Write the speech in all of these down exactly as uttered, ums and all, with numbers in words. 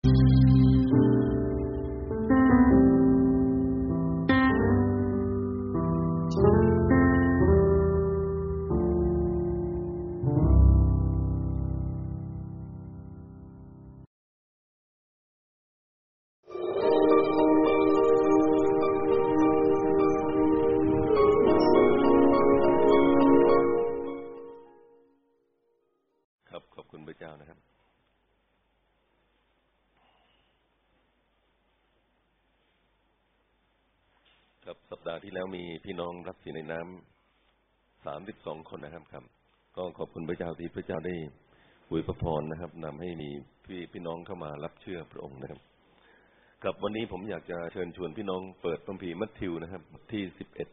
สัปดาห์ที่แล้วมีพี่น้องรับศีลในน้ำสามสิบสองคนนะครับครับก็ขอบคุณพระเจ้าที่พระเจ้าได้อวยพรนะครับนำให้มีพี่พี่น้องเข้ามารับเชื่อพระองค์นะครับกับวันนี้ผมอยากจะเชิญชวนพี่น้องเปิดพระคัมภีร์มัทธิวนะครับที่สิบเอ็ด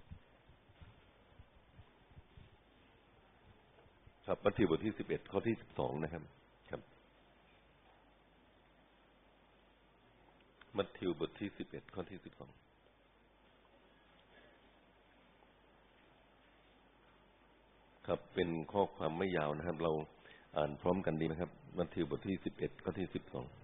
ครับมัทธิวบทที่สิบเอ็ดข้อที่สิบสองนะครับครับมัทธิวบทที่สิบเอ็ดข้อที่สิบสองครับเป็นข้อความไม่ยาวนะครับเราอ่านพร้อมกันดีไหมครับมัทธิวบทที่สิบเอ็ดข้อที่สิบสอง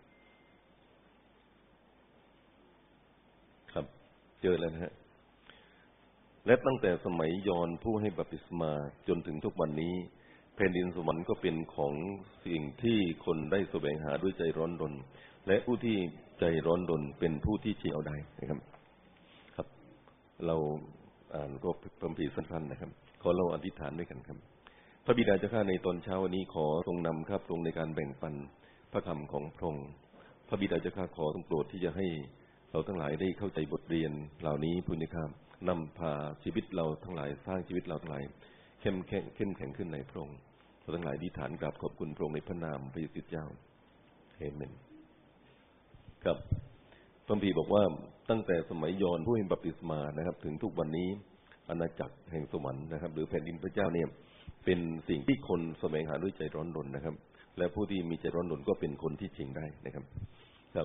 ครับเจอแล้วนะฮะและตั้งแต่สมัยยอห์นผู้ให้บัพติศมาจนถึงทุกวันนี้แผ่นดินสวรรค์ก็เป็นของสิ่งที่คนได้แสวงหาด้วยใจร้อนรนและผู้ที่ใจร้อนรนเป็นผู้ที่ชิงเอาได้นะครับครับเราอ่านก็พระคัมภีร์สั้นๆนะครับขอเราอธิษฐานด้วยกันครับพระบิดาเจ้าข้าในตอนเช้าวันนี้ขอทรงนำครับทรงในการแบ่งปันพระคำของพระองค์พระบิดาเจ้าข้าขอทรงโปรดที่จะให้เราทั้งหลายได้เข้าใจบทเรียนเหล่านี้พุทธครับนำพาชีวิตเราทั้งหลายสร้างชีวิตเราทั้งหลายเข้มแข็งเข้มแข็งขึ้นในพระองค์เราทั้งหลายอธิษฐานกราบขอบคุณพระองค์ในพระนามพระเยซูเจ้าเอเมนครับพระคัมภีร์บอกว่าตั้งแต่สมัยยอห์นผู้ให้บัพติศมานะครับถึงทุกวันนี้อาณาจักรแห่งสวรรค์นะครับหรือแผ่นดินพระเจ้าเนี่ยเป็นสิ่งที่คนแสวงหาด้วยใจร้อนรนนะครับและผู้ที่มีใจร้อนรนก็เป็นคนที่ชิงได้นะครับครับ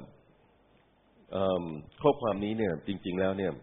ข้อความนี้เนี่ยจริงๆแล้วเนี่ย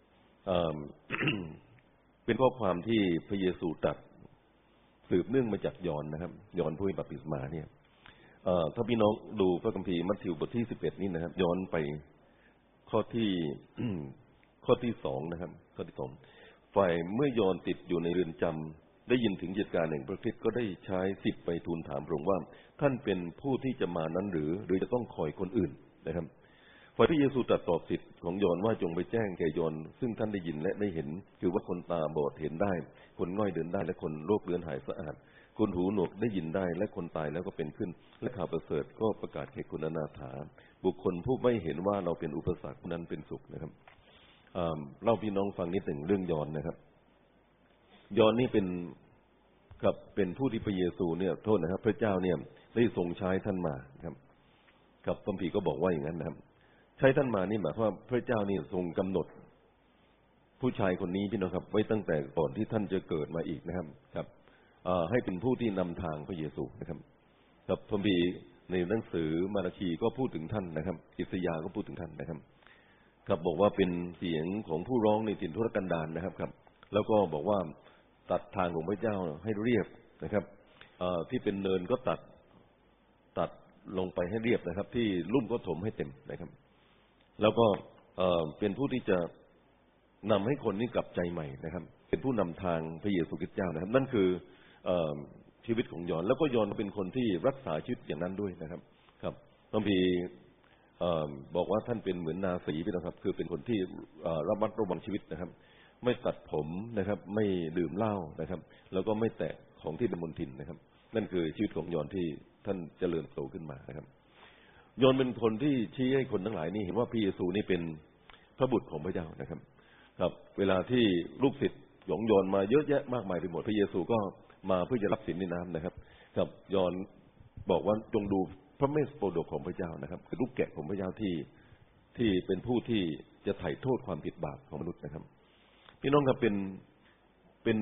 เป็นข้อความที่พระเยซูตรัสสืบเนื่องมาจากยอห์นนะครับยอห์นผู้ให้บัพติศมาเนี่ยถ้าพี่น้องดูพระคัมภีร์มัทธิวบทที่สิบเอ็ดนี่นะครับย้อนไปข้อที่ ข้อที่สองนะครับข้อที่สองฝ่ายเมื่อยอห์นติดอยู่ในเรือนจำได้ยินถึงเหตุการณ์แห่งพระคริสต์ก็ได้ใช้สิทธิ์ไปทูลถามพระองค์ว่าท่านเป็นผู้ที่จะมานั้นหรือหรือจะต้องคอยคนอื่นนะครับฝ่ายพระเยซูตรัสตอบสิทธิ์ของยอห์นว่าจงไปแจ้งแก่ยอห์นซึ่งท่านได้ยินและได้เห็นคือว่าคนตาบอดเห็นได้คนง่อยเดินได้และคนโรคเรื้อนหายสะอาดคนหูหนวกได้ยินได้และคนตายแล้วก็เป็นขึ้นและข่าวประเสริฐก็ประกาศแก่คนอนาถาบุคคลผู้ไม่เห็นว่าเราเป็นอุปสรรคนั้นเป็นสุขนะครับเล่าพี่น้องฟังนิดหนึ่งเรื่องยอห์นนะครับยอห์นนี่เป็นกับเป็นผู้ที่พระเยซูเนี่ยโทษนะครับพระเจ้าเนี่ยได้ทรงใช้ท่านมาครับกับพระคัมภีร์ก็บอกว่าอย่างนั้นนะครับใช้ท่านมานี่หมายความว่าพระเจ้านี่ทรงกำหนดผู้ชายคนนี้พี่น้องครับไว้ตั้งแต่ก่อนที่ท่านจะเกิดมาอีกนะครับครับให้เป็นผู้ที่นำทางพระเยซูนะครับกับพระคัมภีร์ในหนังสือมาราคีก็พูดถึงท่านนะครับอิสยาห์ก็พูดถึงท่านนะครับครับบอกว่าเป็นเสียงของผู้ร้องในถิ่นทุรกันดารนะครับครับแล้วก็บอกว่าตัดทางของพระเจ้าให้เรียบนะครับที่เป็นเนินก็ตัดตัดลงไปให้เรียบนะครับที่ลุ่มก็ถมให้เต็มนะครับแล้วก็เป็นผู้ที่จะนำให้คนนี้กลับใจใหม่นะครับเป็นผู้นำทางพระเยซูคริสต์เจ้านะครับนั่นคือชีวิตของยอห์นแล้วก็ยอห์นเป็นคนที่รักษาชีวิตอย่างนั้นด้วยนะครับครับพระคัมภีร์บอกว่าท่านเป็นเหมือนนาสีพี่นะครับคือเป็นคนที่ระมัดระวังชีวิตนะครับไม่ตัดผมนะครับไม่ดื่มเหล้านะครับแล้วก็ไม่แตะของที่เป็นมลทินนะครับนั่นคือชีวิตของยอห์นที่ท่านเจริญโตขึ้นมานะครับยอห์นเป็นคนที่ชี้ให้คนทั้งหลายนี่เห็นว่าพระเยซูนี่เป็นพระบุตรของพระเจ้านะครับครับเวลาที่ลูกศิษย์หยองยอห์นมาเยอะแยะมากมายไปหมดพระเยซูก็มาเพื่อจะรับศีลในน้ำนะครับครับยอห์นบอกว่าจงดูพระเมสโปรดกของพระเจ้านะครับคือลูกแกะของพระเจ้าที่ที่เป็นผู้ที่จะไถ่โทษความผิดบาปของมนุษย์นะครับพี่น้องครับเป็นเป็น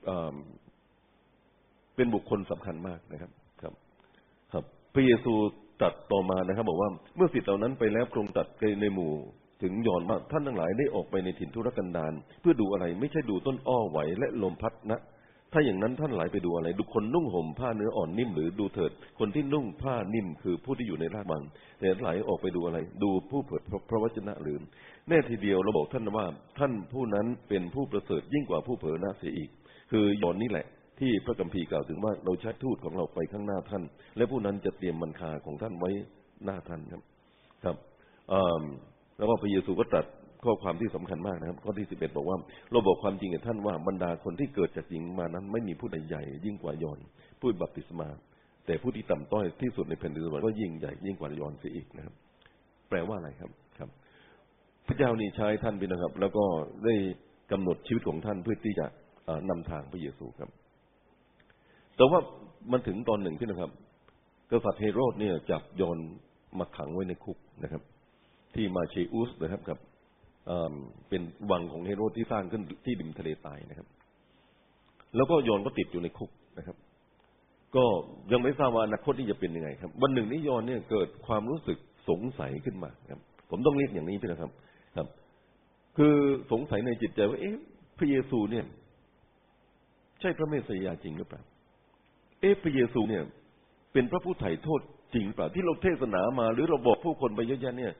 เป็นบุคคลสำคัญมากนะครับครับครับพระเยซูตรัสต่อมานะครับบอกว่าเมื่อศิษย์เหล่านั้นไปแล้วทรงตรัสในหมู่ถึงยอห์นว่าท่านทั้งหลายได้ออกไปในถิ่นทุรกันดารเพื่อดูอะไรไม่ใช่ดูต้นอ้อไหวและลมพัดณถ้าอย่างนั้นท่านหลายไปดูอะไรดูคนนุ่งห่มผ้าเนื้ออ่อนนิ่มหรือดูเถิดคนที่นุ่งผ้านิ่มคือผู้ที่อยู่ในราชวังแต่ท่านหลายออกไปดูอะไรดูผู้เผยพระวจนะหรือแน่ทีเดียวเราบอกท่านว่าท่านผู้นั้นเป็นผู้ประเสริฐยิ่งกว่าผู้เผยนะเสียอีกคือยอนนี่แหละที่พระคัมภีร์กล่าวถึงว่าเราใช้ทูตของเราไปข้างหน้าท่านและผู้นั้นจะเตรียมมันคาของท่านไว้หน้าท่านครับครับแล้วก็พระเยซูก็ตรัสข้อความที่สำคัญมากนะครับข้อที่สิบเอ็ดบอกว่าเราบอกความจริงกับท่านว่าบรรดาคนที่เกิดจากหญิงมานั้นไม่มีผู้ใดใหญ่ยิ่งกว่ายอนผู้บัพติศมาแต่ผู้ที่ต่ำต้อยที่สุดในแผ่นดินสวรรค์ก็ยิ่งใหญ่ยิ่งกว่ายอนเสียอีกนะครับแปลว่าอะไรครับครับพระเจ้านี่ใช้ท่านไปนะครับแล้วก็ได้กำหนดชีวิตของท่านเพื่อที่จะนำทางพระเยซูครับแต่ว่ามันถึงตอนหนึ่งที่นะครับกษัตริย์เฮโรดเนี่ยจับยอนมาขังไว้ในคุกนะครับที่มาเชอุสนะครับครับเป็นวังของเฮโรดที่สร้างขึ้นที่ริมทะเลทรายนะครับแล้วก็ยอนก็ติดอยู่ในคุกนะครับก็ยังไม่ทราบว่าอนาคตนี่จะเป็นยังไงครับวันหนึ่งนี้ยอนเนี่ยเกิดความรู้สึกสงสัยขึ้นมาครับผมต้องเรียกอย่างนี้พี่นะครับครับคือสงสัยในจิตใจว่าเอ๊ะพระเยซูเนี่ยใช่พระเมสสิยาจริงหรือเปล่าเอ๊ะพระเยซูเนี่ยเป็นพระผู้ไถ่โทษจริงหรือเปล่าที่เราเทศนามาหรือเราบอกผู้คนไปเยอะแยะเนี่ย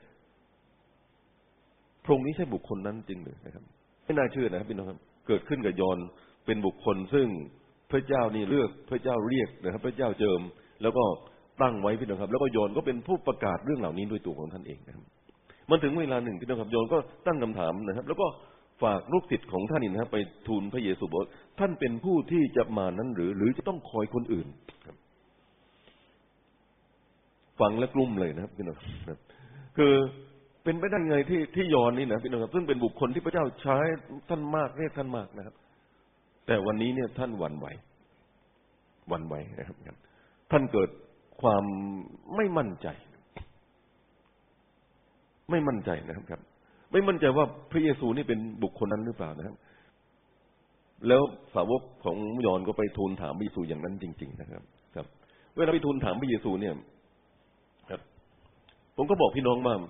พระองค์นี้ใช่บุคคลนั้นจริงหรือนะครับไม่น่าเชื่อนะครับพี่น้องครับเกิดขึ้นกับยอนเป็นบุคคลซึ่งพระเจ้านี่เลือกพระเจ้าเรียกนะครับพระเจ้าเจิมแล้วก็ตั้งไว้พี่น้องครับแล้วก็ยอนก็เป็นผู้ประกาศเรื่องเหล่านี้ด้วยตัวของท่านเองนะครับมันถึงเวลาหนึ่งพี่น้องครับยอนก็ตั้งคำถามนะครับแล้วก็ฝากลูกศิษย์ของท่านนี่นะครับไปทูลพระเยซูบอกท่านเป็นผู้ที่จะมานั้นหรือหรือจะต้องคอยคนอื่นฟังและกลุ้มเลยนะครับพี่น้องคือเป็นไปได้ไงที่ที่ยอนนี่นะพี่น้องครับซึ่งเป็นบุคคลที่พระเจ้าใช้ท่านมากเรียกท่านมากนะครับแต่วันนี้เนี่ยท่านหวั่นไหวหวั่นไหวนะครับท่านเกิดความไม่มั่นใจไม่มั่นใจนะครับครับไม่มั่นใจว่าพระเยซูนี่เป็นบุคคลนั้นหรือเปล่านะครับแล้วสาวกของยอนก็ไปทูลถามพระเยซูอย่างนั้นจริงๆนะครับครับเวลาไปทูลถามพระเยซูเนี่ยครับผมก็บอกพี่น้องว่า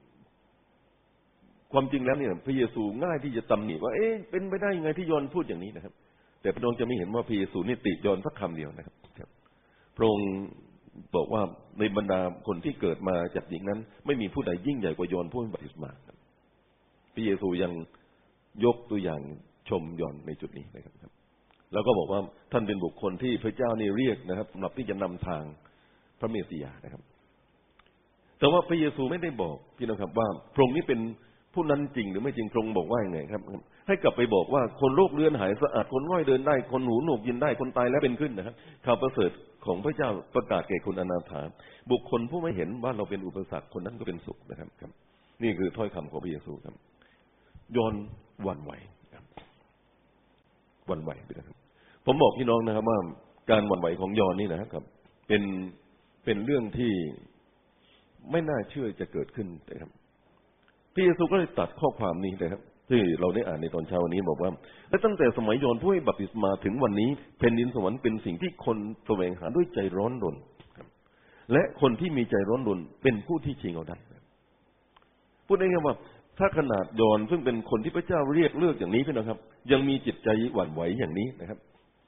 ความจริงแล้วเนี่ยพระเยซูง่ายที่จะตำหนิว่าเอ๊ะเป็นไปได้ยังไงที่ยอนพูดอย่างนี้นะครับแต่พี่น้องจะไม่เห็นว่าพระเยซูนี่ติยอนสักคำเดียวนะครับพระองค์บอกว่าในบรรดาคนที่เกิดมาจากหญิงนั้นไม่มีผู้ใดยิ่งใหญ่กว่ายอนผู้บัพติศมาพระเยซูยังยกตัวอย่างชมยอนในจุดนี้นะครับแล้วก็บอกว่าท่านเป็นบุคคลที่พระเจ้านี่เรียกนะครับสำหรับที่จะนำทางพระเมสสิยานะครับแต่ว่าพระเยซูไม่ได้บอกพี่น้องครับว่าพระองค์นี้เป็นผู้นั้นจริงหรือไม่จริงพระองค์บอกว่าอย่างไงครับให้กลับไปบอกว่าคนโรคเรื้อนหายสะอาดคนง่อยเดินได้คนหูหนวกยินได้คนตายแล้วเป็นขึ้นนะครับข่าวประเสริฐของพระเจ้าประกาศแก่คนอนาถาบุคคลผู้ไม่เห็นว่าเราเป็นอุปสรรคคนนั้นก็เป็นสุขนะครับครับนี่คือถ้อยคำของพระเยซูครับยอนหวั่นไหวครับหวั่นไหวไปนะครับผมบอกพี่น้องนะครับว่าการหวั่นไหวของยอนนี่นะครับเป็นเป็นเรื่องที่ไม่น่าเชื่อจะเกิดขึ้นนะครับพระเยซูก็เลยตัดข้อความนี้นะครับที่เราได้อ่านในตอนเช้าวันนี้บอกว่าและตั้งแต่สมัยยอห์นผู้ให้บัพติศมาถึงวันนี้แผ่นดินสวรรค์เป็นสิ่งที่คนแสวงหาด้วยใจร้อนรนและคนที่มีใจร้อนรนเป็นผู้ที่ชิงเอาได้พูดง่ายๆว่าถ้าขนาดยอห์นซึ่งเป็นคนที่พระเจ้าเรียกเลือกอย่างนี้พี่น้องครับยังมีจิตใจหวั่นไหวอย่างนี้นะครับ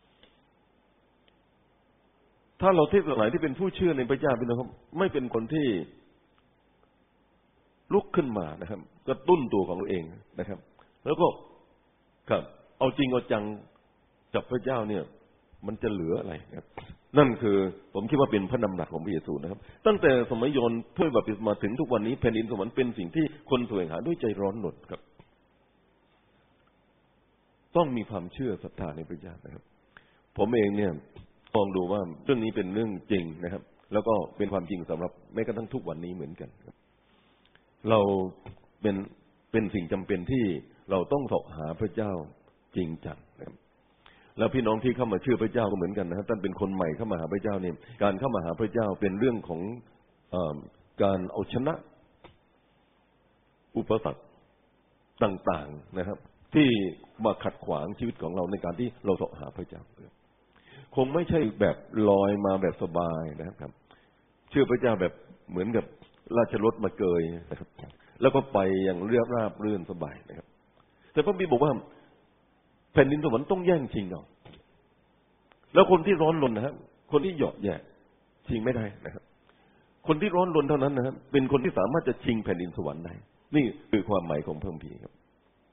ถ้าเราเทศนาที่เป็นผู้เชื่อในพระเจ้าพี่น้องครับไม่เป็นคนที่ลุกขึ้นมานะครับกระตุ้นตัวของตัวเองนะครับแล้วก็ครับเอาจริงเอาจังกับพระเจ้าเนี่ยมันจะเหลืออะไรครับนั่นคือผมคิดว่าเป็นพระนำหนักของพระเยซูนะครับตั้งแต่สมัยยอห์นผู้บัพติศมาถึงทุกวันนี้แผ่นดินสวรรค์เป็นสิ่งที่คนแสวงหาด้วยใจร้อนรนครับต้องมีความเชื่อศรัทธาในพระเจ้านะครับผมเองเนี่ยมองดูว่าเรื่องนี้เป็นเรื่องจริงนะครับแล้วก็เป็นความจริงสำหรับแม้กระทั่งทุกวันนี้เหมือนกันครับเราเป็นเป็นสิ่งจำเป็นที่เราต้องเสาะหาพระเจ้าจริงจังนะครับแล้วพี่น้องที่เข้ามาเชื่อพระเจ้าก็เหมือนกันนะครับท่านเป็นคนใหม่เข้ามาหาพระเจ้าเนี่ยการเข้ามาหาพระเจ้าเป็นเรื่องของเอ่อการเอาชนะอุปสรรคต่างๆนะครับที่มาขัดขวางชีวิตของเราในการที่เราเสาะหาพระเจ้าคงไม่ใช่แบบลอยมาแบบสบายนะครับเชื่อพระเจ้าแบบเหมือนกับราชรถมาเกยนะครับแล้วก็ไปอย่างเรียบราบรื่นสบายนะครับแต่พระบิดาบอกว่าแผ่นดินสวรรค์ต้องแย่งชิงเอาแล้วคนที่ร้อนรนนะครับคนที่หยอดแย่ชิงไม่ได้นะครับคนที่ร้อนรนเท่านั้นนะครับเป็นคนที่สามารถจะชิงแผ่นดินสวรรค์ได้นี่คือความหมายของพระคัมภีร์ครับ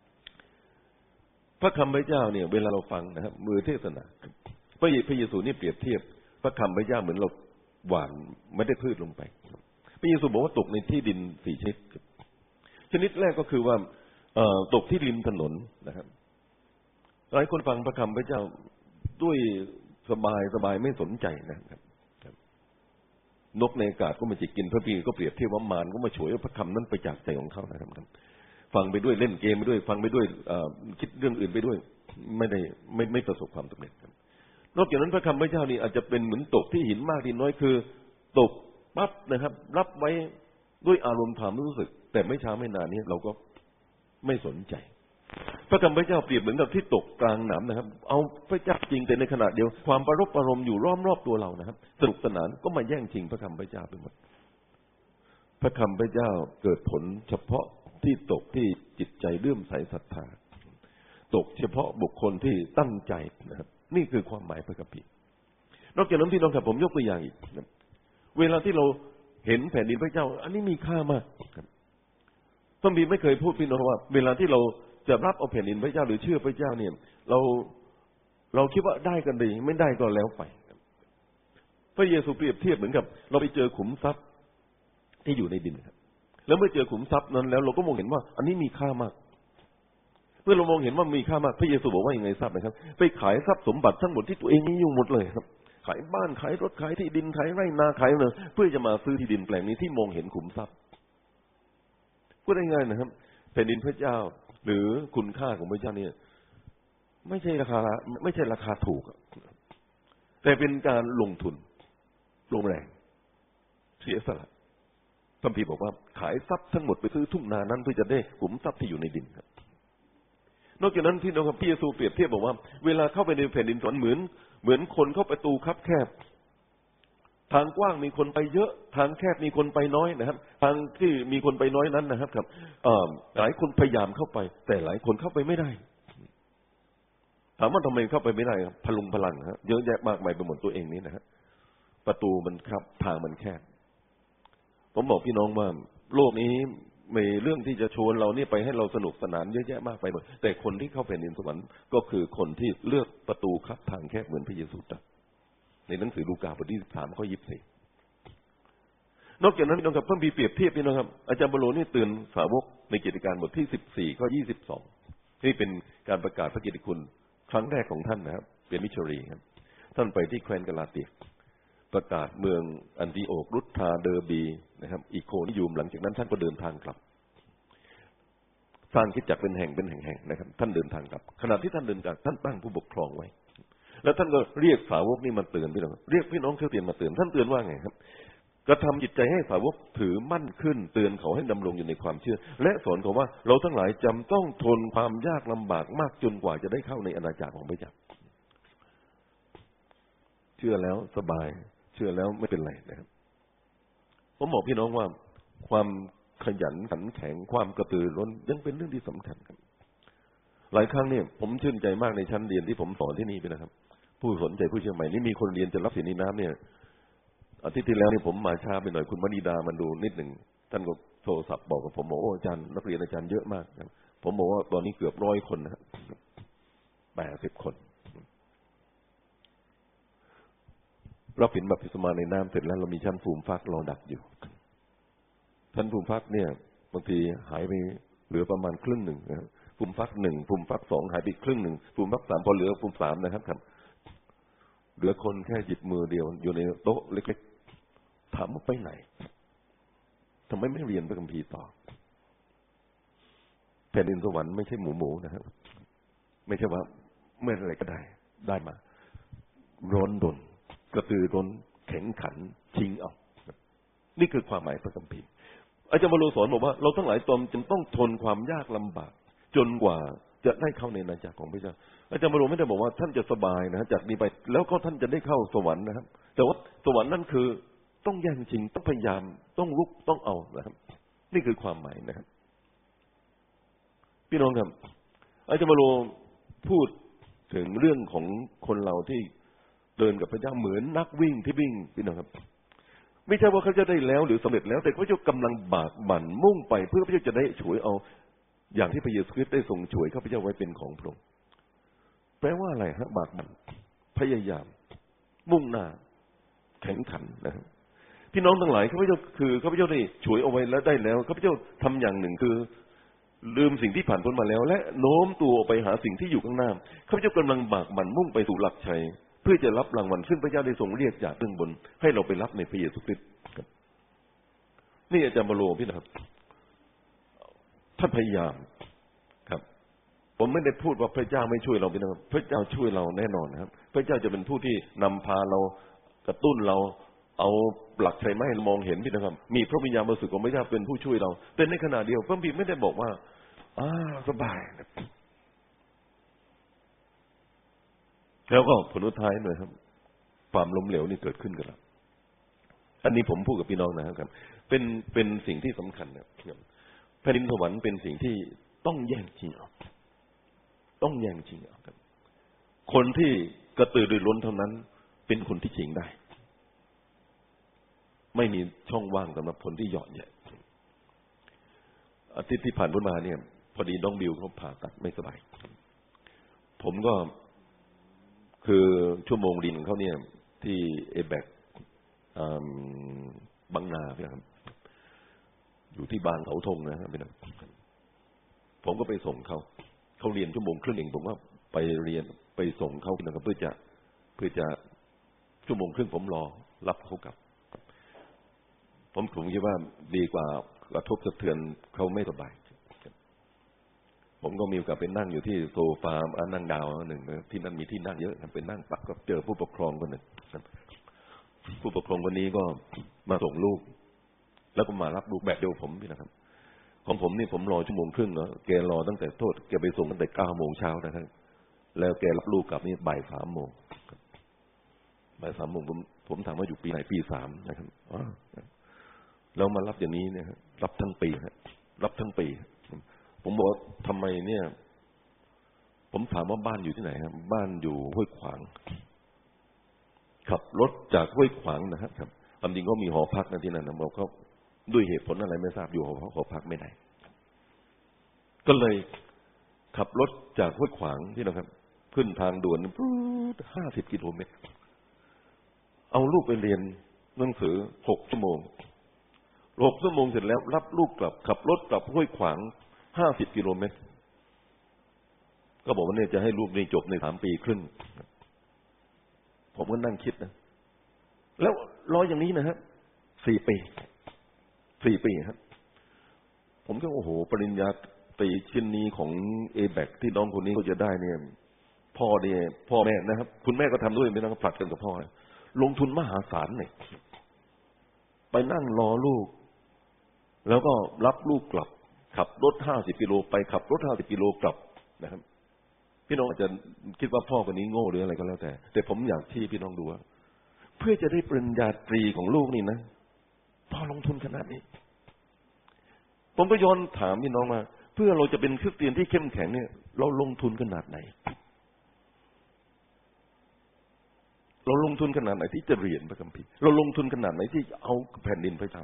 พระคำพระเจ้าเนี่ยเวลาเราฟังนะครับมือเทศนาพระเยซูนี่เปรียบเทียบพระคำพระเจ้าเหมือนเราหว่านไม่ได้พืชลงไปพระเยซูบอกว่าตกในที่ดินสี่ชนิดชนิดแรกก็คือว่าตกที่ริมถนนนะครับหลายคนฟังพระคำพระเจ้าด้วยสบายสบายไม่สนใจนะครับนกในอากาศก็มาจิกกินพระพีก็เปรียบเทียบว่ามารก็มาฉวยพระคำนั้นไปจากใจของเขานะครับฟังไปด้วยเล่นเกมไปด้วยฟังไปด้วยคิดเรื่องอื่นไปด้วยไม่ได้ไม่ไม่ประสบความสำเร็จครับนอกจากนั้นพระคำพระเจ้านี่อาจจะเป็นเหมือนตกที่หินมากที่น้อยคือตกปั๊บนะครับรับไว้ด้วยอารมณ์ความรู้สึกแต่ไม่ช้าไม่นานนี้เราก็ไม่สนใจพระคำพระเจ้าเปรียบเหมือนกับที่ตกกลางหนามนะครับเอาพระเจ้าจริงแต่ในขณะเดียวความประรบประรมอยู่ล้อมรอบตัวเรานะครับสนุกสนานก็มาแย่งชิงพระคำพระเจ้าไปหมดพระคำพระเจ้าเกิดผลเฉพาะที่ตกที่จิตใจเลื่อมใสศรัทธาตกเฉพาะบุคคลที่ตั้งใจนะครับนี่คือความหมายพระคัมภีร์นอกจากนั้นพี่น้องครับผมยกตัวอย่างอีกเวลาที่เราเห็นแผ่นดินพระเจ้าอันนี้มีค่ามากครับพระบิดาไม่เคยพูดพี่น้องว่าเวลาที่เราจะรับเอาแผ่นดินพระเจ้าหรือเชื่อพระเจ้าเนี่ยเราเราคิดว่าได้กันดีไม่ได้ก็แล้วไปพระเยซูเปรียบเทียบเหมือนกับเราไปเจอขุมทรัพย์ที่อยู่ในดินครับแล้วเมื่อเจอขุมทรัพย์นั้นแล้วเราก็มองเห็นว่าอันนี้มีค่ามากเมื่อเรามองเห็นว่ามีค่ามากพระเยซูบอกว่าอย่างไงทราบไหมครับไปขายทรัพย์สมบัติทั้งหมดที่ตัวเองมีอยู่หมดเลยครับขายบ้านขายรถขายที่ดินขายไร่นาขายเงินเพื่อจะมาซื้อที่ดินแปลงนี้ที่มองเห็นขุมทรัพย์พูดง่ายๆนะครับแผ่นดินพระเจ้าหรือคุณค่าของพระเจ้าเนี่ยไม่ใช่ราคาไม่ใช่ราคาถูกแต่เป็นการลงทุนลงแรงเสียสละพระคัมภีร์บอกว่าขายทรัพย์ทั้งหมดไปซื้อทุ่งนานั้นเพื่อจะได้ขุมทรัพย์ที่อยู่ในดินครับนอกจากนั้นพี่น้องครับพระเยซูเปรียบเทียบบอกว่าเวลาเข้าไปในแผ่นดินสวรรค์เหมือนเหมือนคนเข้าประตูคับแคบทางกว้างมีคนไปเยอะทางแคบมีคนไปน้อยนะครับทางที่มีคนไปน้อยนั้นนะครับครับหลายคนพยายามเข้าไปแต่หลายคนเข้าไปไม่ได้ถามว่าทำไมเข้าไปไม่ได้ครับพลุงพลังฮะเยอะแยะมากมายไปหมดตัวเองนี้นะฮะประตูมันครับทางมันแคบผมบอกพี่น้องว่าโลกนี้มีเรื่องที่จะชวนเราเนี่ยไปให้เราสนุกสนานเยอะแยะมากไปหมดแต่คนที่เข้าแผ่นดินสวรรค์ก็คือคนที่เลือกประตูครับทางแคบเหมือนพระเยซูตรัสในหนังสือลูกาบทที่สิบสามข้อยี่สิบสี่นอกจากนั้นพี่น้องครับเพิ่มมีเปรียบเทียบพี่น้องครับอาจารย์เปโลนี่เตือนสาวกในกิจการบทที่สิบสี่ข้อยี่สิบสองนี่เป็นการประกาศพระกิตติคุณครั้งแรกของท่านนะครับเป็นมิชชันนารีครับท่านไปที่แคว้นกาลาเตียประกาศเมืองอันติโอกรุธาเดอร์บีนะครับอีโคนิยูมหลังจากนั้นท่านก็เดินทางกลับสร้างคริสตจักรเป็นแห่งเป็นแห่งๆนะครับท่านเดินทางกลับขณะที่ท่านเดินกลับท่านตั้งผู้ปกครองไว้แล้วท่านก็เรียกสาวกนี่มาเตือนพี่น้องเรียกพี่น้องคริสเตียนมาเตือนท่านเตือนว่าไงครับกระทำจิตใจให้สาวกถือมั่นขึ้นเตือนเขาให้ดำรงอยู่ในความเชื่อและสอนเขาว่าเราทั้งหลายจำต้องทนความยากลำบากมากจนกว่าจะได้เข้าในอาณาจักรของพระเจ้าเชื่อแล้วสบายเชื่อแล้วไม่เป็นไรนะครับผมบอกพี่น้องว่าความขยันขันแข็งความกระตือร้นยังเป็นเรื่องที่สำคัญครับหลายครั้งเนี่ยผมชื่นใจมากในชั้นเรียนที่ผมสอนที่นี่ไปนะครับผู้สนใจผู้เชื่อใหม่นี่มีคนเรียนจะรับศีลในน้ำเนี่ยอาทิตย์ที่แล้วนี่ผมมาช้าไปหน่อยคุณมณีดามันดูนิดหนึ่งท่านก็โทรศัพท์บอกกับผมบอกโอ้อาจารย์นักเรียนอาจารย์เยอะมากครับผมบอกว่าตอนนี้เกือบร้อยคนนะครับแปดสิบคนเราผินแบบพิสมาในน้ำเสร็จแล้วเรามีชั้นภูมิฟักรอดักอยู่ชั้นภูมิฟักเนี่ยบางทีหายไปเหลือประมาณครึ่งหนึ่งนะครับภูมิฟักหนึ่งภูมิฟักสองหายไปครึ่งหนึ่งภูมิฟักสามพอเหลือภูมิสามนะครับครับเหลือคนแค่หยิบมือเดียวอยู่ในโต๊ะเล็กๆถามว่าไปไหนทำไมไม่เรียนพระคัมภีร์ต่อแผ่นดินสวรรค์ไม่ใช่หมูหมูนะครับไม่ใช่ว่าเมื่อไรก็ได้ได้มาร้อนรนกระตือร้นแข็งขันชิงเอานี่คือความหมายพระคัมภีร์อาจารย์วโรสอนบอกว่าเราทั้งหลายตนจึงต้องทนความยากลำบากจนกว่าจะได้เข้าในอาณาจักรของพระเจ้าอาจารย์วโรไม่ได้บอกว่าท่านจะสบายนะจากนี้ไปแล้วก็ท่านจะได้เข้าสวรรค์นะครับแต่ว่าสวรรค์นั่นคือต้องแย่งชิงต้องพยายามต้องลุกต้องเอานะครับนี่คือความหมายนะครับพี่น้องครับอาจารย์วโรพูดถึงเรื่องของคนเราที่เดินกับพระเจ้าเหมือนนักวิ่งที่วิ่งพี่น้องครับไม่ใช่ว่าเขาจะได้แล้วหรือสำเร็จแล้วแต่พระเจ้ากำลังบากบั่นมุ่งไปเพื่อพระเจ้าจะได้ฉวยเอาอย่างที่พระเยซูคริสต์ได้ทรงฉวยข้าพเจ้าไว้เป็นของพระองค์แปลว่าอะไรฮะบากบั่นพยายามมุ่งหน้าแข่งขันนะครับพี่น้องทั้งหลายข้าพเจ้าคือข้าพเจ้าได้ฉวยเอาไว้แล้วได้แล้วข้าพเจ้าทำอย่างหนึ่งคือลืมสิ่งที่ผ่านพ้นมาแล้วและโน้มตัวไปหาสิ่งที่อยู่ข้างหน้าข้าพเจ้ากำลังบากบั่นมุ่งไปสู่หลักชัยเพื่อจะรับรางวัลซึ่งพระเจ้าได้ทรงเรียกจากเบื้องบนให้เราไปรับในพระเยซูคริสต์นี่อาจารย์บโลพี่นะครับท่านพยายามครับผมไม่ได้พูดว่าพระเจ้าไม่ช่วยเราพี่นะครับพระเจ้าช่วยเราแน่นอนครับพระเจ้าจะเป็นผู้ที่นำพาเรากระตุ้นเราเอาหลักชัยมาให้มองเห็นพี่นะครับมีพระวิญญาณบริสุทธิ์ของพระเจ้าเป็นผู้ช่วยเราแต่ในขณะเดียวพระบิดาไม่ได้บอกว่าอ่าสบายแล้วก็ผลสุดท้ายเลยครับความล้มเหลวนี่เกิดขึ้นกันแล้วอันนี้ผมพูดกับพี่น้องนะครับเป็นเป็นสิ่งที่สำคัญนะครับแผ่นดินสวรรค์เป็นสิ่งที่ต้องแย่งชิงเอาต้องแย่งชิงเอาครับคนที่กระตือรือร้นเท่านั้นเป็นคนที่ชิงได้ไม่มีช่องว่างสำหรับคนที่หย่อนแย่อาทิตย์ที่ผ่านมาเนี่ยพอดีน้องบิวเขาผ่าตัดไม่สบายผมก็คือชั่วโมงดินเขาเนี่ยที่เอแบกบางนาพี่ครับอยู่ที่บางเสาธงนะครับพี่นะผมก็ไปส่งเขาเขาเรียนชั่วโมงครึ่งเองผมก็ไปเรียนไปส่งเขานะครับเพื่อจะเพื่อจะชั่วโมงครึ่งผมรอรับเขากลับผมผมคิดว่าดีกว่ากระทบสะเทือนเขาไม่สบายผมก็มีโอกาสไปนั่งอยู่ที่โซฟานั่งดาวหนึ่งที่นั่นมีที่นั่งเยอะเป็นนั่งปักก็เจอผู้ปกครองคนหนึ่งผู้ปกครองคนนี้ก็มาส่งลูกแล้วก็มารับลูกแบบเดียวผมพี่นะครับของผมนี่ผมรอชั่วโมงครึ่งเนาะแกรอตั้งแต่โทษแกไปส่งตั้งแต่เก้าโมงเช้านะครับแล้วแกรับลูกกลับนี่บ่ายสามโมงบ่ายสามโมงผมผมถามว่าอยู่ปีไหนปีสามนะครับแล้วมารับอย่างนี้เนี่ยรับทั้งปีครับรับทั้งปีผมบอกทำไมเนี่ยผมถามว่าบ้านอยู่ที่ไหนครับบ้านอยู่ห้วยขวางขับรถจากห้วยขวางนะครับความจริงก็มีหอพักนะที่นั่นนะบอกเขาด้วยเหตุผลอะไรไม่ทราบอยู่หอหอพักไม่ได้ก็เลยขับรถจากห้วยขวางที่นะครับขึ้นทางด่วนห้าสิบกิโลเมตรเอาลูกไปเรียนหนังสือหกชั่วโมงหกชั่วโมงเสร็จแล้วรับลูกกลับขับรถกลับห้วยขวางห้าสิบกิโลเมตรก็บอกว่าเนี่ยจะให้ลูกนี่จบในสามปีครึ่งผมก็นั่งคิดนะแล้วรออย่างนี้นะฮะสี่ปีสี่ปีครับผมก็โอ้โหปริญญาตรีชิ้นนี้ของเอแบกที่น้องคนนี้เขาจะได้เนี่ยพ่อเนี่ยพ่อแม่นะครับคุณแม่ก็ทำด้วยไม่ต้องผลัดกันกับพ่อลงทุนมหาศาลเนี่ยไปนั่งรอลูกแล้วก็รับลูกกลับขับรถห้าสิบกิโลไปขับรถห้าสิบกิโลกลับนะครับพี่น้องอาจจะคิดว่าพ่อคนนี้โง่หรืออะไรก็แล้วแต่แต่ผมอยากที่พี่น้องดูว่าเพื่อจะได้ปริญญาตรีของลูกนี่นะพ่อลงทุนขนาดนี้ผมก็ย้อนถามพี่น้องมาเพื่อเราจะเป็นคริสเตียนที่เข้มแข็งเนี่ยเราลงทุนขนาดไหนเราลงทุนขนาดไหนที่จะเรียนพระคัมภีร์เราลงทุนขนาดไหนที่เอาแผ่นดินพระเจ้า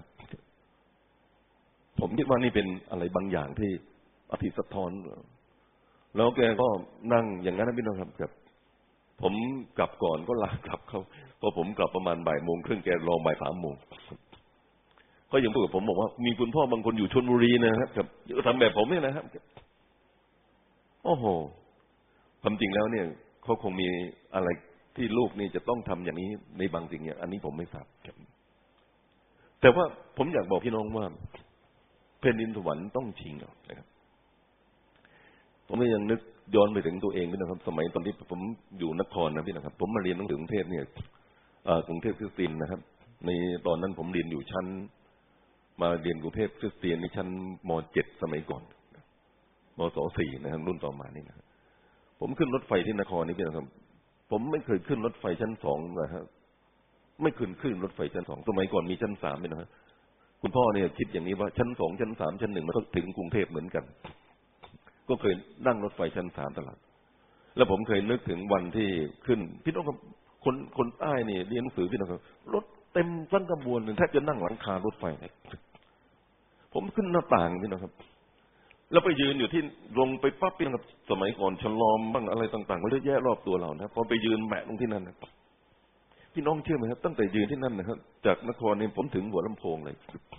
ผมคิดว่านี่เป็นอะไรบางอย่างที่อธิสะท้อนแล้วแกก็นั่งอย่างนั้นนะพี่น้องครับครับผมกลับก่อนก็ลากลับเขาพอผมกลับประมาณบ่ายโมงครึ่งแกรอบ่ายสามโมงก็ยังพูดกับผมบอกว่ามีคุณพ่อบางคนอยู่ชลบุรีนะครับทำแบบผมเนี่ยนะครับโอ้โหความจริงแล้วเนี่ยเขาคงมีอะไรที่ลูกนี่จะต้องทำอย่างนี้ในบางสิ่งเนี่ยอันนี้ผมไม่ทราบแต่ว่าผมอยากบอกพี่น้องว่าแผ่นดินสวรรค์ต้องชิงเอานะครับผมก็ยังนึกย้อนไปถึงตัวเองพี่นะครับสมัยตอนที่ผมอยู่นครนะพี่นะครับผมมาเรียนหนังสือกรุงเทพเนี่ยกรุงเทพคริสเตียนนะครับในตอนนั้นผมเรียนอยู่ชั้นมาเรียนกรุงเทพคริสเตียนในชั้นม.เจ็ดสมัยก่อนม.ศ.สี่นะครับรุ่นต่อมานี่นะผมขึ้นรถไฟที่นครนี่พี่นะครับผมไม่เคยขึ้นรถไฟชั้นสองนะครับไม่เคยขึ้นรถไฟชั้นสองสมัยก่อนมีชั้นสามนะครับคุณพ่อเนี่ยคิดอย่างนี้ว่าชั้นสองชั้นสามชั้นหนึ่งมันก็ถึงกรุงเทพเหมือนกันก็เคยนั่งรถไฟชั้นสามตลอดแล้วผมเคยนึกถึงวันที่ขึ้นพี่น้องคนคนใต้นี่เรียนหนังสือพี่น้องครับรถเต็มทั้งขบวนแทบจะนั่งหลังคารถไฟผมขึ้นหน้าต่างพี่น้องครับแล้วไปยืนอยู่ที่ลงไปปั๊บพี่น้องครับสมัยก่อนฉลอมบ้างอะไรต่างๆก็เยอะแยะรอบตัวเรานะพอไปยืนแมะลงที่นั่นนะพี่น้องเชื่อไหมครับตั้งแต่ยืนที่นั่นนะครับจากนครนี่ผมถึงหัวลำโพงเลย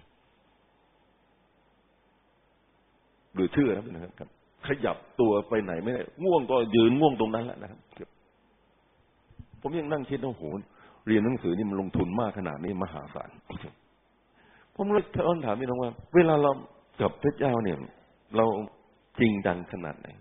หรือเชื่อครับนะครับขยับตัวไปไหนไม่ได้ง่วงก็ยืนง่วงตรงนั้นแหละนะครับผมยังนั่งคิดว่าโหเรียนหนังสือนี่มันลงทุนมากขนาดนี้มหาศาลผมเลยถามพี่น้องว่าเวลาเรากับพระเจ้าเนี่ยเราจริงจังขนาดไหน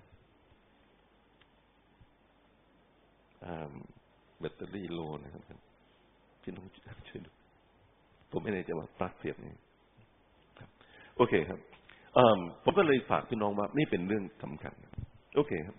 แบตเตอรี่โลนะครับพี่น้องช่วยดูผมไม่ได้จะว่าปลั๊กเสียบนี่โอเคครับผมก็เลยฝากพี่น้องว่านี่เป็นเรื่องสำคัญโอเคครับ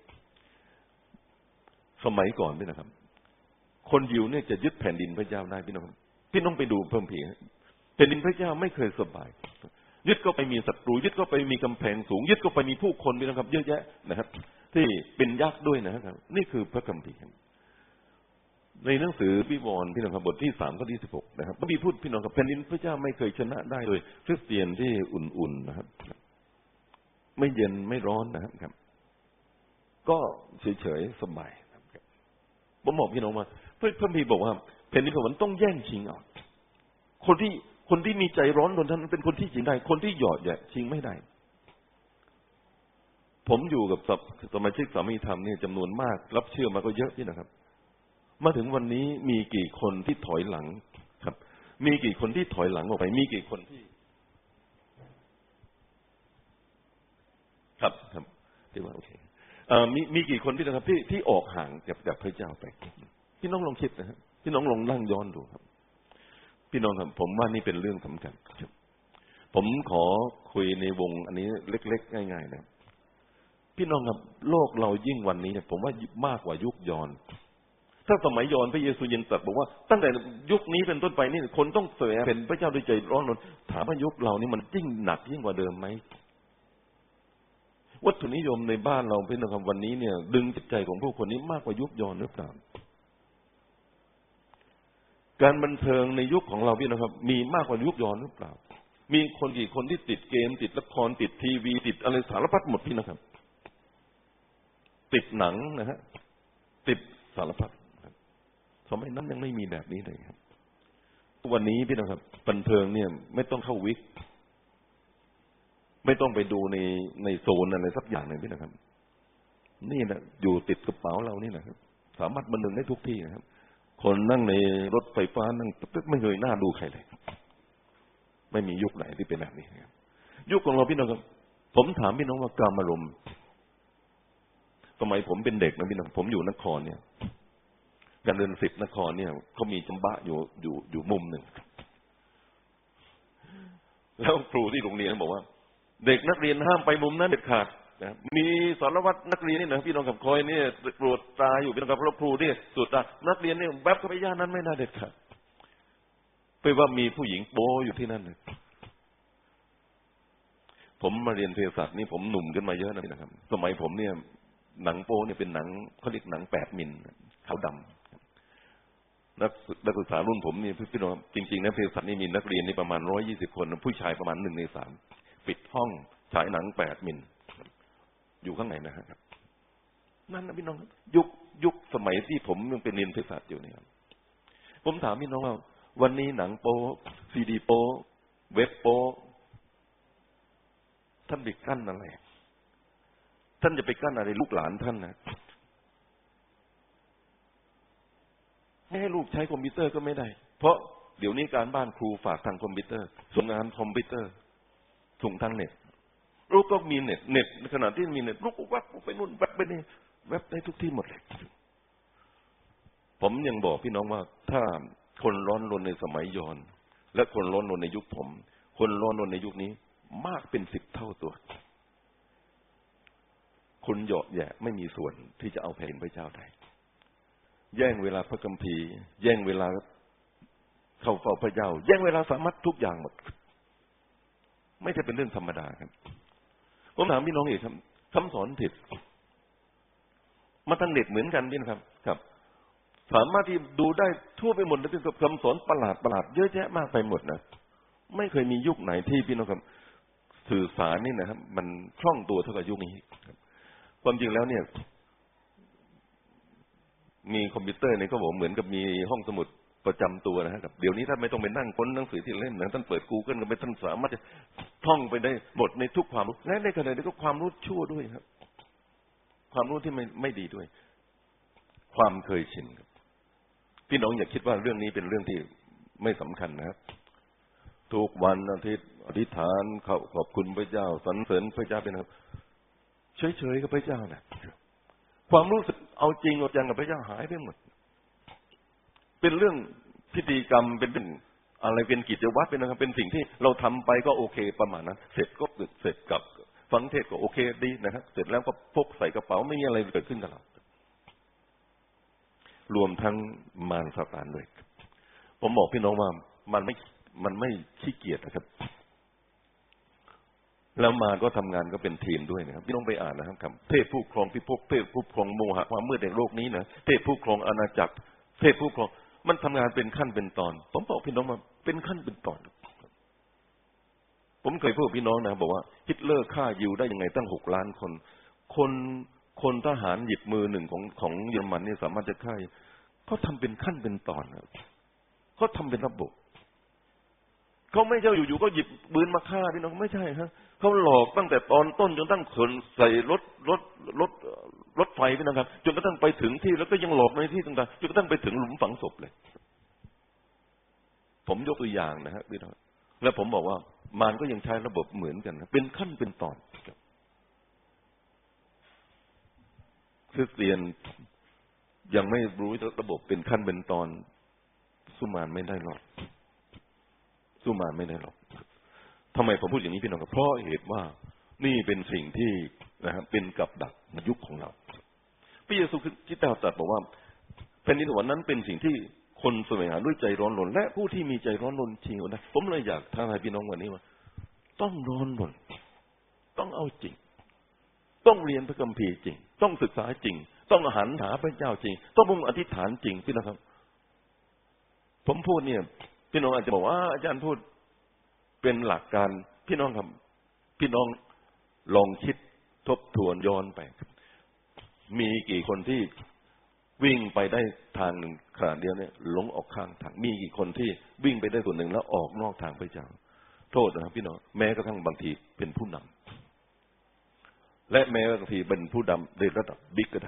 สมัยก่อนพี่นะครับคนยิวเนี่ยจะยึดแผ่นดินพระเจ้าได้พี่น้องพี่น้องไปดูเพิ่มเพียงแผ่นดินพระเจ้าไม่เคยสบายยึดก็ไปมีศัตรูยึดก็ไปมีกำแพงสูงยึดก็ไปมีผู้คนพี่น้องครับเยอะแยะนะครับที่เป็นยักษ์ด้วยนะครับนี่คือพระคัมภีร์ในหนังสือวิวรณ์พี่น้องครับบทที่สามข้อที่สิบหกนะครับพระบิดาพูดพี่น้องครับแผ่นดินพระเจ้าไม่เคยชนะได้โดยคริสเตียนที่อุ่นๆนะครับไม่เย็นไม่ร้อนนะครับก็เฉยๆสบายผมบอกพี่น้องว่าพระคัมภีร์บอกว่าแผ่นดินของมันต้องแย่งชิงเอาคนที่คนที่มีใจร้อนคนนั้นเป็นคนที่ชิงได้คนที่หยอดแยะชิงไม่ได้ผมอยู่กับสมาชิกสามีธรรมนี่จำนวนมากรับเชื่อมาก็เยอะพี่นะครับมาถึงวันนี้มีกี่คนที่ถอยหลังครับมีกี่คนที่ถอยหลังออกไปมีกี่คนที่ครับครับที่ว่าโอเคมีมีกี่คนพี่นะครับที่ที่ออกห่างจากจากพระเจ้าไปพี่น้องลองคิดนะครับพี่น้องลองนั่งย้อนดูครับพี่น้องครับผมว่านี่เป็นเรื่องสำคัญผมขอคุยในวงอันนี้เล็กๆง่ายๆนะพี่น้องครับโลกเรายิ่งวันนี้เนี่ยผมว่ามากกว่ายุคย้อนถ้าสมัยย้อนพระเยซูยังตรัสบอกว่าตั้งแต่ยุคนี้เป็นต้นไปนี่คนต้องเสวยเป็นพระเจ้าด้วยใจร้อนรนถามว่ายุคเรานี่มันยิ่งหนักยิ่งกว่าเดิมไหมวัตถุนิยมในบ้านเราพี่น้องครับวันนี้เนี่ยดึงจิตใจของผู้คนนี้มากกว่ายุคย้อนหรือเปล่าการบันเทิงในยุคของเราพี่นะครับมีมากกว่ายุคย้อนหรือเปล่ามีคนกี่คนที่ติดเกมติดละครติดทีวีติดอะไรสารพัดหมดพี่นะครับติดหนังนะฮะติดสารพัดสมัยนั้นยังไม่มีแบบนี้เลยครับวันนี้พี่นะครับบันเทิงเนี่ยไม่ต้องเข้าวิกไม่ต้องไปดูในในโซนอะไรสักอย่างหนึ่งพี่นะครับนี่นะอยู่ติดกระเป๋าเรานี่แหละครับสามารถบันเทิงได้ทุกที่นะครับคนนั่งในรถไฟฟ้านั่งตึ๊กไม่เคยหน้าดูใครเลยไม่มียุคไหนที่เป็นแบบนี้ครับยุคของเราพี่น้องครับผมถามพี่น้องว่ากามารมณ์สมัยผมเป็นเด็กนะพี่น้องผมอยู่นครเนี่ยการเดินสิบนครเนี่ยเขามีจำบะอยู่อยู่อยู่มุมหนึ่งแล้วครูที่โรงเรียนบอกว่าเด็กนักเรียนห้ามไปมุมนั้นเด็ดขาดนะมีสารวัตรนักเรียนนี่นะพี่น้องกับคอยนี่ตรวจตาอยู่พี่น้องกับครูนี่สุดตานักเรียนนี่แวบเข้าไปย่านนั้นไม่น่าเด็ดขาดไปว่ามีผู้หญิงโป๊อยู่ที่นั่นเลยผมมาเรียนเภสัชนี่ผมหนุ่มขึ้นมาเยอะนะพี่นะครับสมัยผมเนี่ยหนังโป๊เนี่ยเป็นหนังเขาเรียกหนังแปดมิลขาวดำนักนักศึกษารุ่นผมนี่พี่น้องจริงๆนะเภสัชนี่มีนักเรียนนี่ประมาณร้อยยี่สิบคนผู้ชายประมาณหนึ่งในสามปิดห้องฉายหนังแปดมิลอยู่ข้างในนะครับนั่นนะพี่น้องยุคยุคสมัยที่ผมยังเป็นเรียนเภสัชอยู่เนี่ยผมถามพี่น้องว่าวันนี้หนังโป๊ซีดีโป๊เว็บโป๊ท่านไปกั้นอะไรท่านจะไปกั้นอะไรลูกหลานท่านนะไม่ให้ลูกใช้คอมพิวเตอร์ก็ไม่ได้เพราะเดี๋ยวนี้การบ้านครูฝากทางคอมพิวเตอร์ส่งงานคอมพิวเตอร์ส่งทางเน็ตลูกก็มีเน็ตเน็ตในขณะที่มีเน็ตลูกก็วัดไปนู่นวัดไปนี่เว็บได้ทุกที่หมดเลยผมยังบอกพี่น้องว่าถ้าคนร้อนรนในสมัยย้อนและคนร้อนรนในยุคผมคนร้อนรนในยุคนี้มากเป็นสิบเท่าตัวคนเหยาะแยะไม่มีส่วนที่จะเอาแผ่นพระเจ้าได้แย่งเวลาพระคัมภีร์แย่งเวลาเข้าเฝ้าพระเจ้าแย่งเวลาสามารถทุกอย่างหมดไม่ใช่เป็นเรื่องธรรมดาครับผมถามพี่น้องอีกครับคำสอนผิดมาทางเด็กเหมือนกันพี่นะครับครับสามารถที่ดูได้ทั่วไปหมดเลยเป็นคำสอนประหลาดประหลาดเยอะแยะมากไปหมดนะไม่เคยมียุคไหนที่พี่น้องครับสื่อสารนี่นะครับมันคล่องตัวเท่ากับยุคนี้ความจริงแล้วเนี่ยมีคอมพิวเตอร์เนี่ยก็บอกเหมือนกับมีห้องสมุดประจำตัวนะครับเดี๋ยวนี้ท่านไม่ต้องไปนั่งค้นหนังสือที่เล่นนะท่านเปิด Google ก็ไปท่านสามารถจะท่องไปได้หมดในทุกความรู้และในขณะเดียวกันก็ความรู้ชั่วด้วยครับความรู้ที่ไม่ไม่ดีด้วยความเคยชินครับพี่น้องอย่าคิดว่าเรื่องนี้เป็นเรื่องที่ไม่สำคัญนะครับทุกวันอาทิตย์อธิษฐานขอบคุณพระเจ้าสรรเสริญพระเจ้าเป็นครับเฉยๆกับพระเจ้านะความรู้สึกเอาจริงเอาจังกับพระเจ้าหายไปหมดเป็นเรื่องพิธีกรรมเป็นเป็นอะไรเป็นกิจวัตรเป็นนะครับเป็นสิ่งที่เราทำไปก็โอเคประมาณนั้นเสร็จก็เสร็จกับฟังเทศก็โอเคดีนะครับเสร็จแล้วก็พกใส่กระเป๋าไม่มีอะไรเกิดขึ้นกับเรารวมทั้งมารซาตานด้วยผมบอกพี่น้องว่ามันไม่มันไม่ขี้เกียจนะครับแล้วมารก็ทำงานก็เป็นทีมด้วยนะครับพี่น้องไปอ่านนะครับเทพผู้ครองพิภพเทพผู้ครองโมหะความมืดในโลกนี้นะเทพผู้ครองอาณาจักรเทพผู้ครองมันทำงานเป็นขั้นเป็นตอนผมบอกพี่น้องว่าเป็นขั้นเป็นตอนผมเคยพูดพี่น้องนะบอกว่าฮิตเลอร์ฆ่ายิวได้ยังไงตั้งหกล้านคนคนคนทหารหยิบมือหนึ่งของของเยอรมันนี่สามารถจะฆ่าเขาทำเป็นขั้นเป็นตอนครับเขาทำเป็นระบบเขาไม่ใช่อยู่ๆก็หยิบปืนมาฆ่าพี่น้องไม่ใช่ฮะเขาหลอกตั้งแต่ตอนต้นจนตั้งขนใส่รถรถรถรถไฟพี่น้องครับจนกระทั่งไปถึงที่แล้วก็ยังหลอกในที่ต่างๆจนกระทั่งไปถึงหลุมฝังศพเลยผมยกตัวอย่างนะฮะพี่น้องแล้วผมบอกว่ามารก็ยังใช้ระบบเหมือนกันนะเป็นขั้นเป็นตอนคริสเตียนยังไม่รู้ระบบเป็นขั้นเป็นตอนสู้มารไม่ได้หรอกสู้มารไม่ได้หรอกทำไมผมพูดอย่างนี้พี่น้องครับเพราะเหตุว่านี่เป็นสิ่งที่นะครับเป็นกับดักในยุคของเราพระเยซูคริสต์ที่ตรัสบอกว่าแผ่นดินสวรรค์นั้นเป็นสิ่งที่คนแสวงหาด้วยใจร้อนรนและผู้ที่มีใจร้อนรนจริงนะผมเลยอยากท้าทายพี่น้องวันนี้ว่าต้องร้อนรนต้องเอาจริงต้องเรียนพระคัมภีร์จริงต้องศึกษาจริงต้องหันหาพระเจ้าจริงต้องมุ่งอธิษฐานจริงพี่น้องครับผมพูดเนี่ยพี่น้องอาจจะบอกว่าอาจารย์พูดเป็นหลักการพี่น้องครับพี่น้องลองคิดทบทวนย้อนไปมีกี่คนที่วิ่งไปได้ทางหนึ่งขณะเดียวเนี่ยหลงออกข้างทางมีกี่คนที่วิ่งไปได้ส่วนหนึ่งแล้วออกนอกทางพระเจ้าโทษนะครับพี่น้องแม้กระทั่งบางทีเป็นผู้นำและแม้บางทีเป็นผู้นำในระดับบิ๊กก็ได้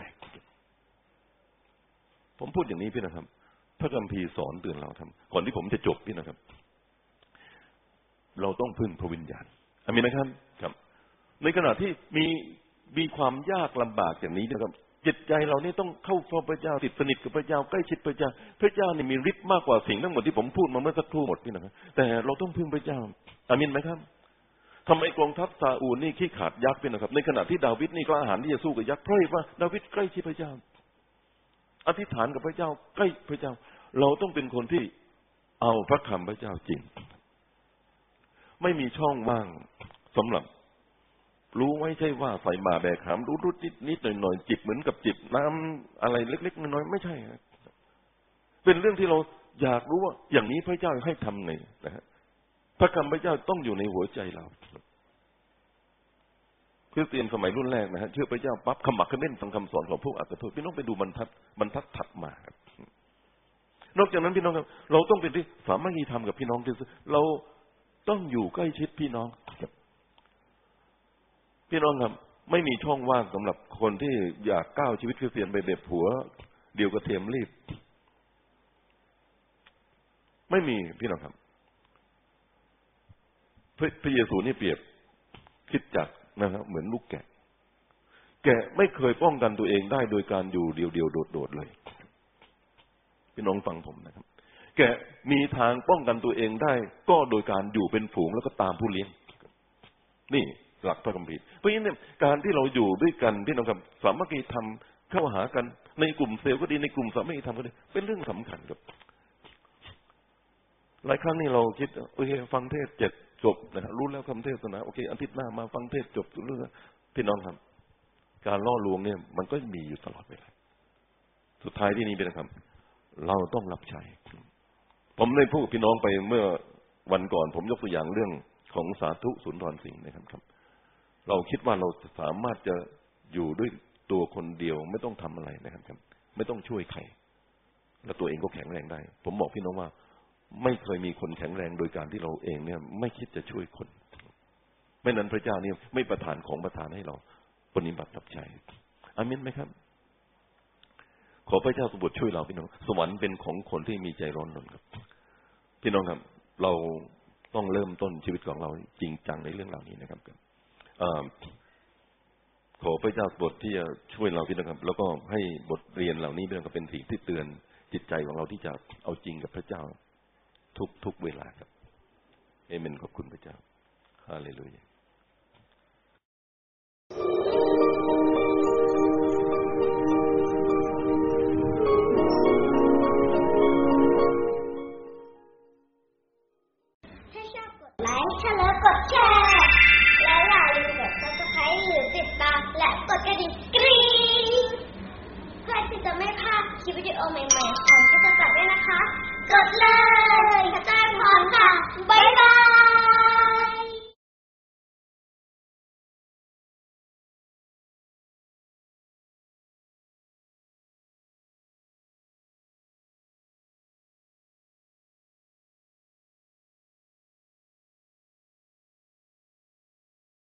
ผมพูดอย่างนี้พี่นะครับพระคัมภีร์สอนเตือนเราทำก่อนที่ผมจะจบพี่นะครับเราต้องพึ่งพระวิญญาณอามีนะครับครับในขณะที่มีมีความยากลำบากอย่างนี้นะครับจิตใจเรานี่ต้องเข้าเฝ้าพระเจ้าติดสนิทกับพระเจ้าใกล้ชิดพระเจ้าพระเจ้านี่มีฤทธิ์มากกว่าสิ่งทั้งหมดที่ผมพูดมาเมื่อสักครู่หมดพี่นะครับแต่เราต้องพึ่งพระเจ้าอามีไหมครับทำไมกองทัพซาอูลนี่ขี้ขาดยักษ์พี่นะครับในขณะที่ดาวิดนี่กล้าหาญที่จะสู้กับยักษ์เพราะว่าดาวิดใกล้ชิดพระเจ้าอธิษฐานกับพระเจ้าใกล้พระเจ้าเราต้องเป็นคนที่เอาพระคำพระเจ้าจริงไม่มีช่องว่างสำหรับรู้ไม่ใช่ว่าใส่บาแบกหามรู้รุดนิดนิดหน่อยหน่อยจิบเหมือนกับจิบน้ำอะไรเล็กๆน้อยๆไม่ใช่ครับเป็นเรื่องที่เราอยากรู้ว่าอย่างนี้พระเจ้าให้ทำไงนะฮะพระคำพระเจ้าต้องอยู่ในหัวใจเราคริสเตียนสมัยรุ่นแรกนะฮะเชื่อพระเจ้าปั๊บขมักเขม้นฟังคำสอนของพวกอัตโธพี่น้องไปดูบรรทัดบรรทัดถัดมาครับนอกจากนั้นพี่น้องครับเราต้องเป็นที่สามัคคีธรรมกับพี่น้องที่เราต้องอยู่ใกล้ชิดพี่น้องพี่น้องครับไม่มีช่องว่างสำหรับคนที่อยากก้าวชีวิตคริสเตียนไปแบบผัวเดียวกับเทียมรีบไม่มีพี่น้องครับพระเยซูนี่เปรียบคิดจักนะครับเหมือนลูกแกะแกะไม่เคยป้องกันตัวเองได้โดยการอยู่เดียวๆโดดๆเลยพี่น้องฟังผมนะครับแกะมีทางป้องกันตัวเองได้ก็โดยการอยู่เป็นฝูงแล้วก็ตามผู้เลี้ยงนี่หลักพระคัมภีร์เพราะฉะนั้นการที่เราอยู่ด้วยกันพี่น้องครับสามัคคีธรรมเข้าหากันในกลุ่มเซลล์ก็ดีในกลุ่มสามัคคีธรรมก็ดีเป็นเรื่องสำคัญครับหลายครั้งนี่เราคิดโอเคฟังเทศเจ็ดจบนะรู้แล้วคำเทศนาโอเคอาทิตย์หน้ามาฟังเทศจบเรื่องพี่น้องครับการล่อลวงเนี่ยมันก็มีอยู่ตลอดเวลาสุดท้ายที่นี่เป็นครับเราต้องรับใช้ผมได้พูดกับพี่น้องไปเมื่อวันก่อนผมยกตัวอย่างเรื่องของสาธุสุนทรสิงห์นะครับครับเราคิดว่าเราสามารถจะอยู่ด้วยตัวคนเดียวไม่ต้องทำอะไรนะครับครับไม่ต้องช่วยใครแล้วตัวเองก็แข็งแรงได้ผมบอกพี่น้องว่าไม่เคยมีคนแข็งแรงโดยการที่เราเองเนี่ยไม่คิดจะช่วยคนไม่นั้นพระเจ้าเนี่ยไม่ประทานของประทานให้เราปฏิบัติรับใช้อาเมนไหมครับขอพระเจ้าสมบูรณ์ช่วยเราพี่น้องสวรรค์เป็นของคนที่มีใจร้อนรนครับพี่น้องครับเราต้องเริ่มต้นชีวิตของเราจริงจังในเรื่องเหล่านี้นะครับขอพระเจ้าบทที่จะช่วยเราพี่น้องครับแล้วก็ให้บทเรียนเหล่านี้พี่น้องก็เป็นสิ่งที่เตือนจิตใจของเราที่จะเอาจริงกับพระเจ้าทุกทุกเวลาครับเอเมนขอบคุณพระเจ้าฮาเลลูยาถ้าชอบกดไลค์ถ้าเลิฟกดแชร์และอย่าลืมกด ซับสไครบ์ หรือติดตามและกดกระดิ่งกรี๊ดเพื่อที่จะไม่พลาดคลิปวิดีโอใหม่ๆของที่จะจัดด้วยนะคะกดเลยพระเจ้าพรค่ะบ๊ายบาย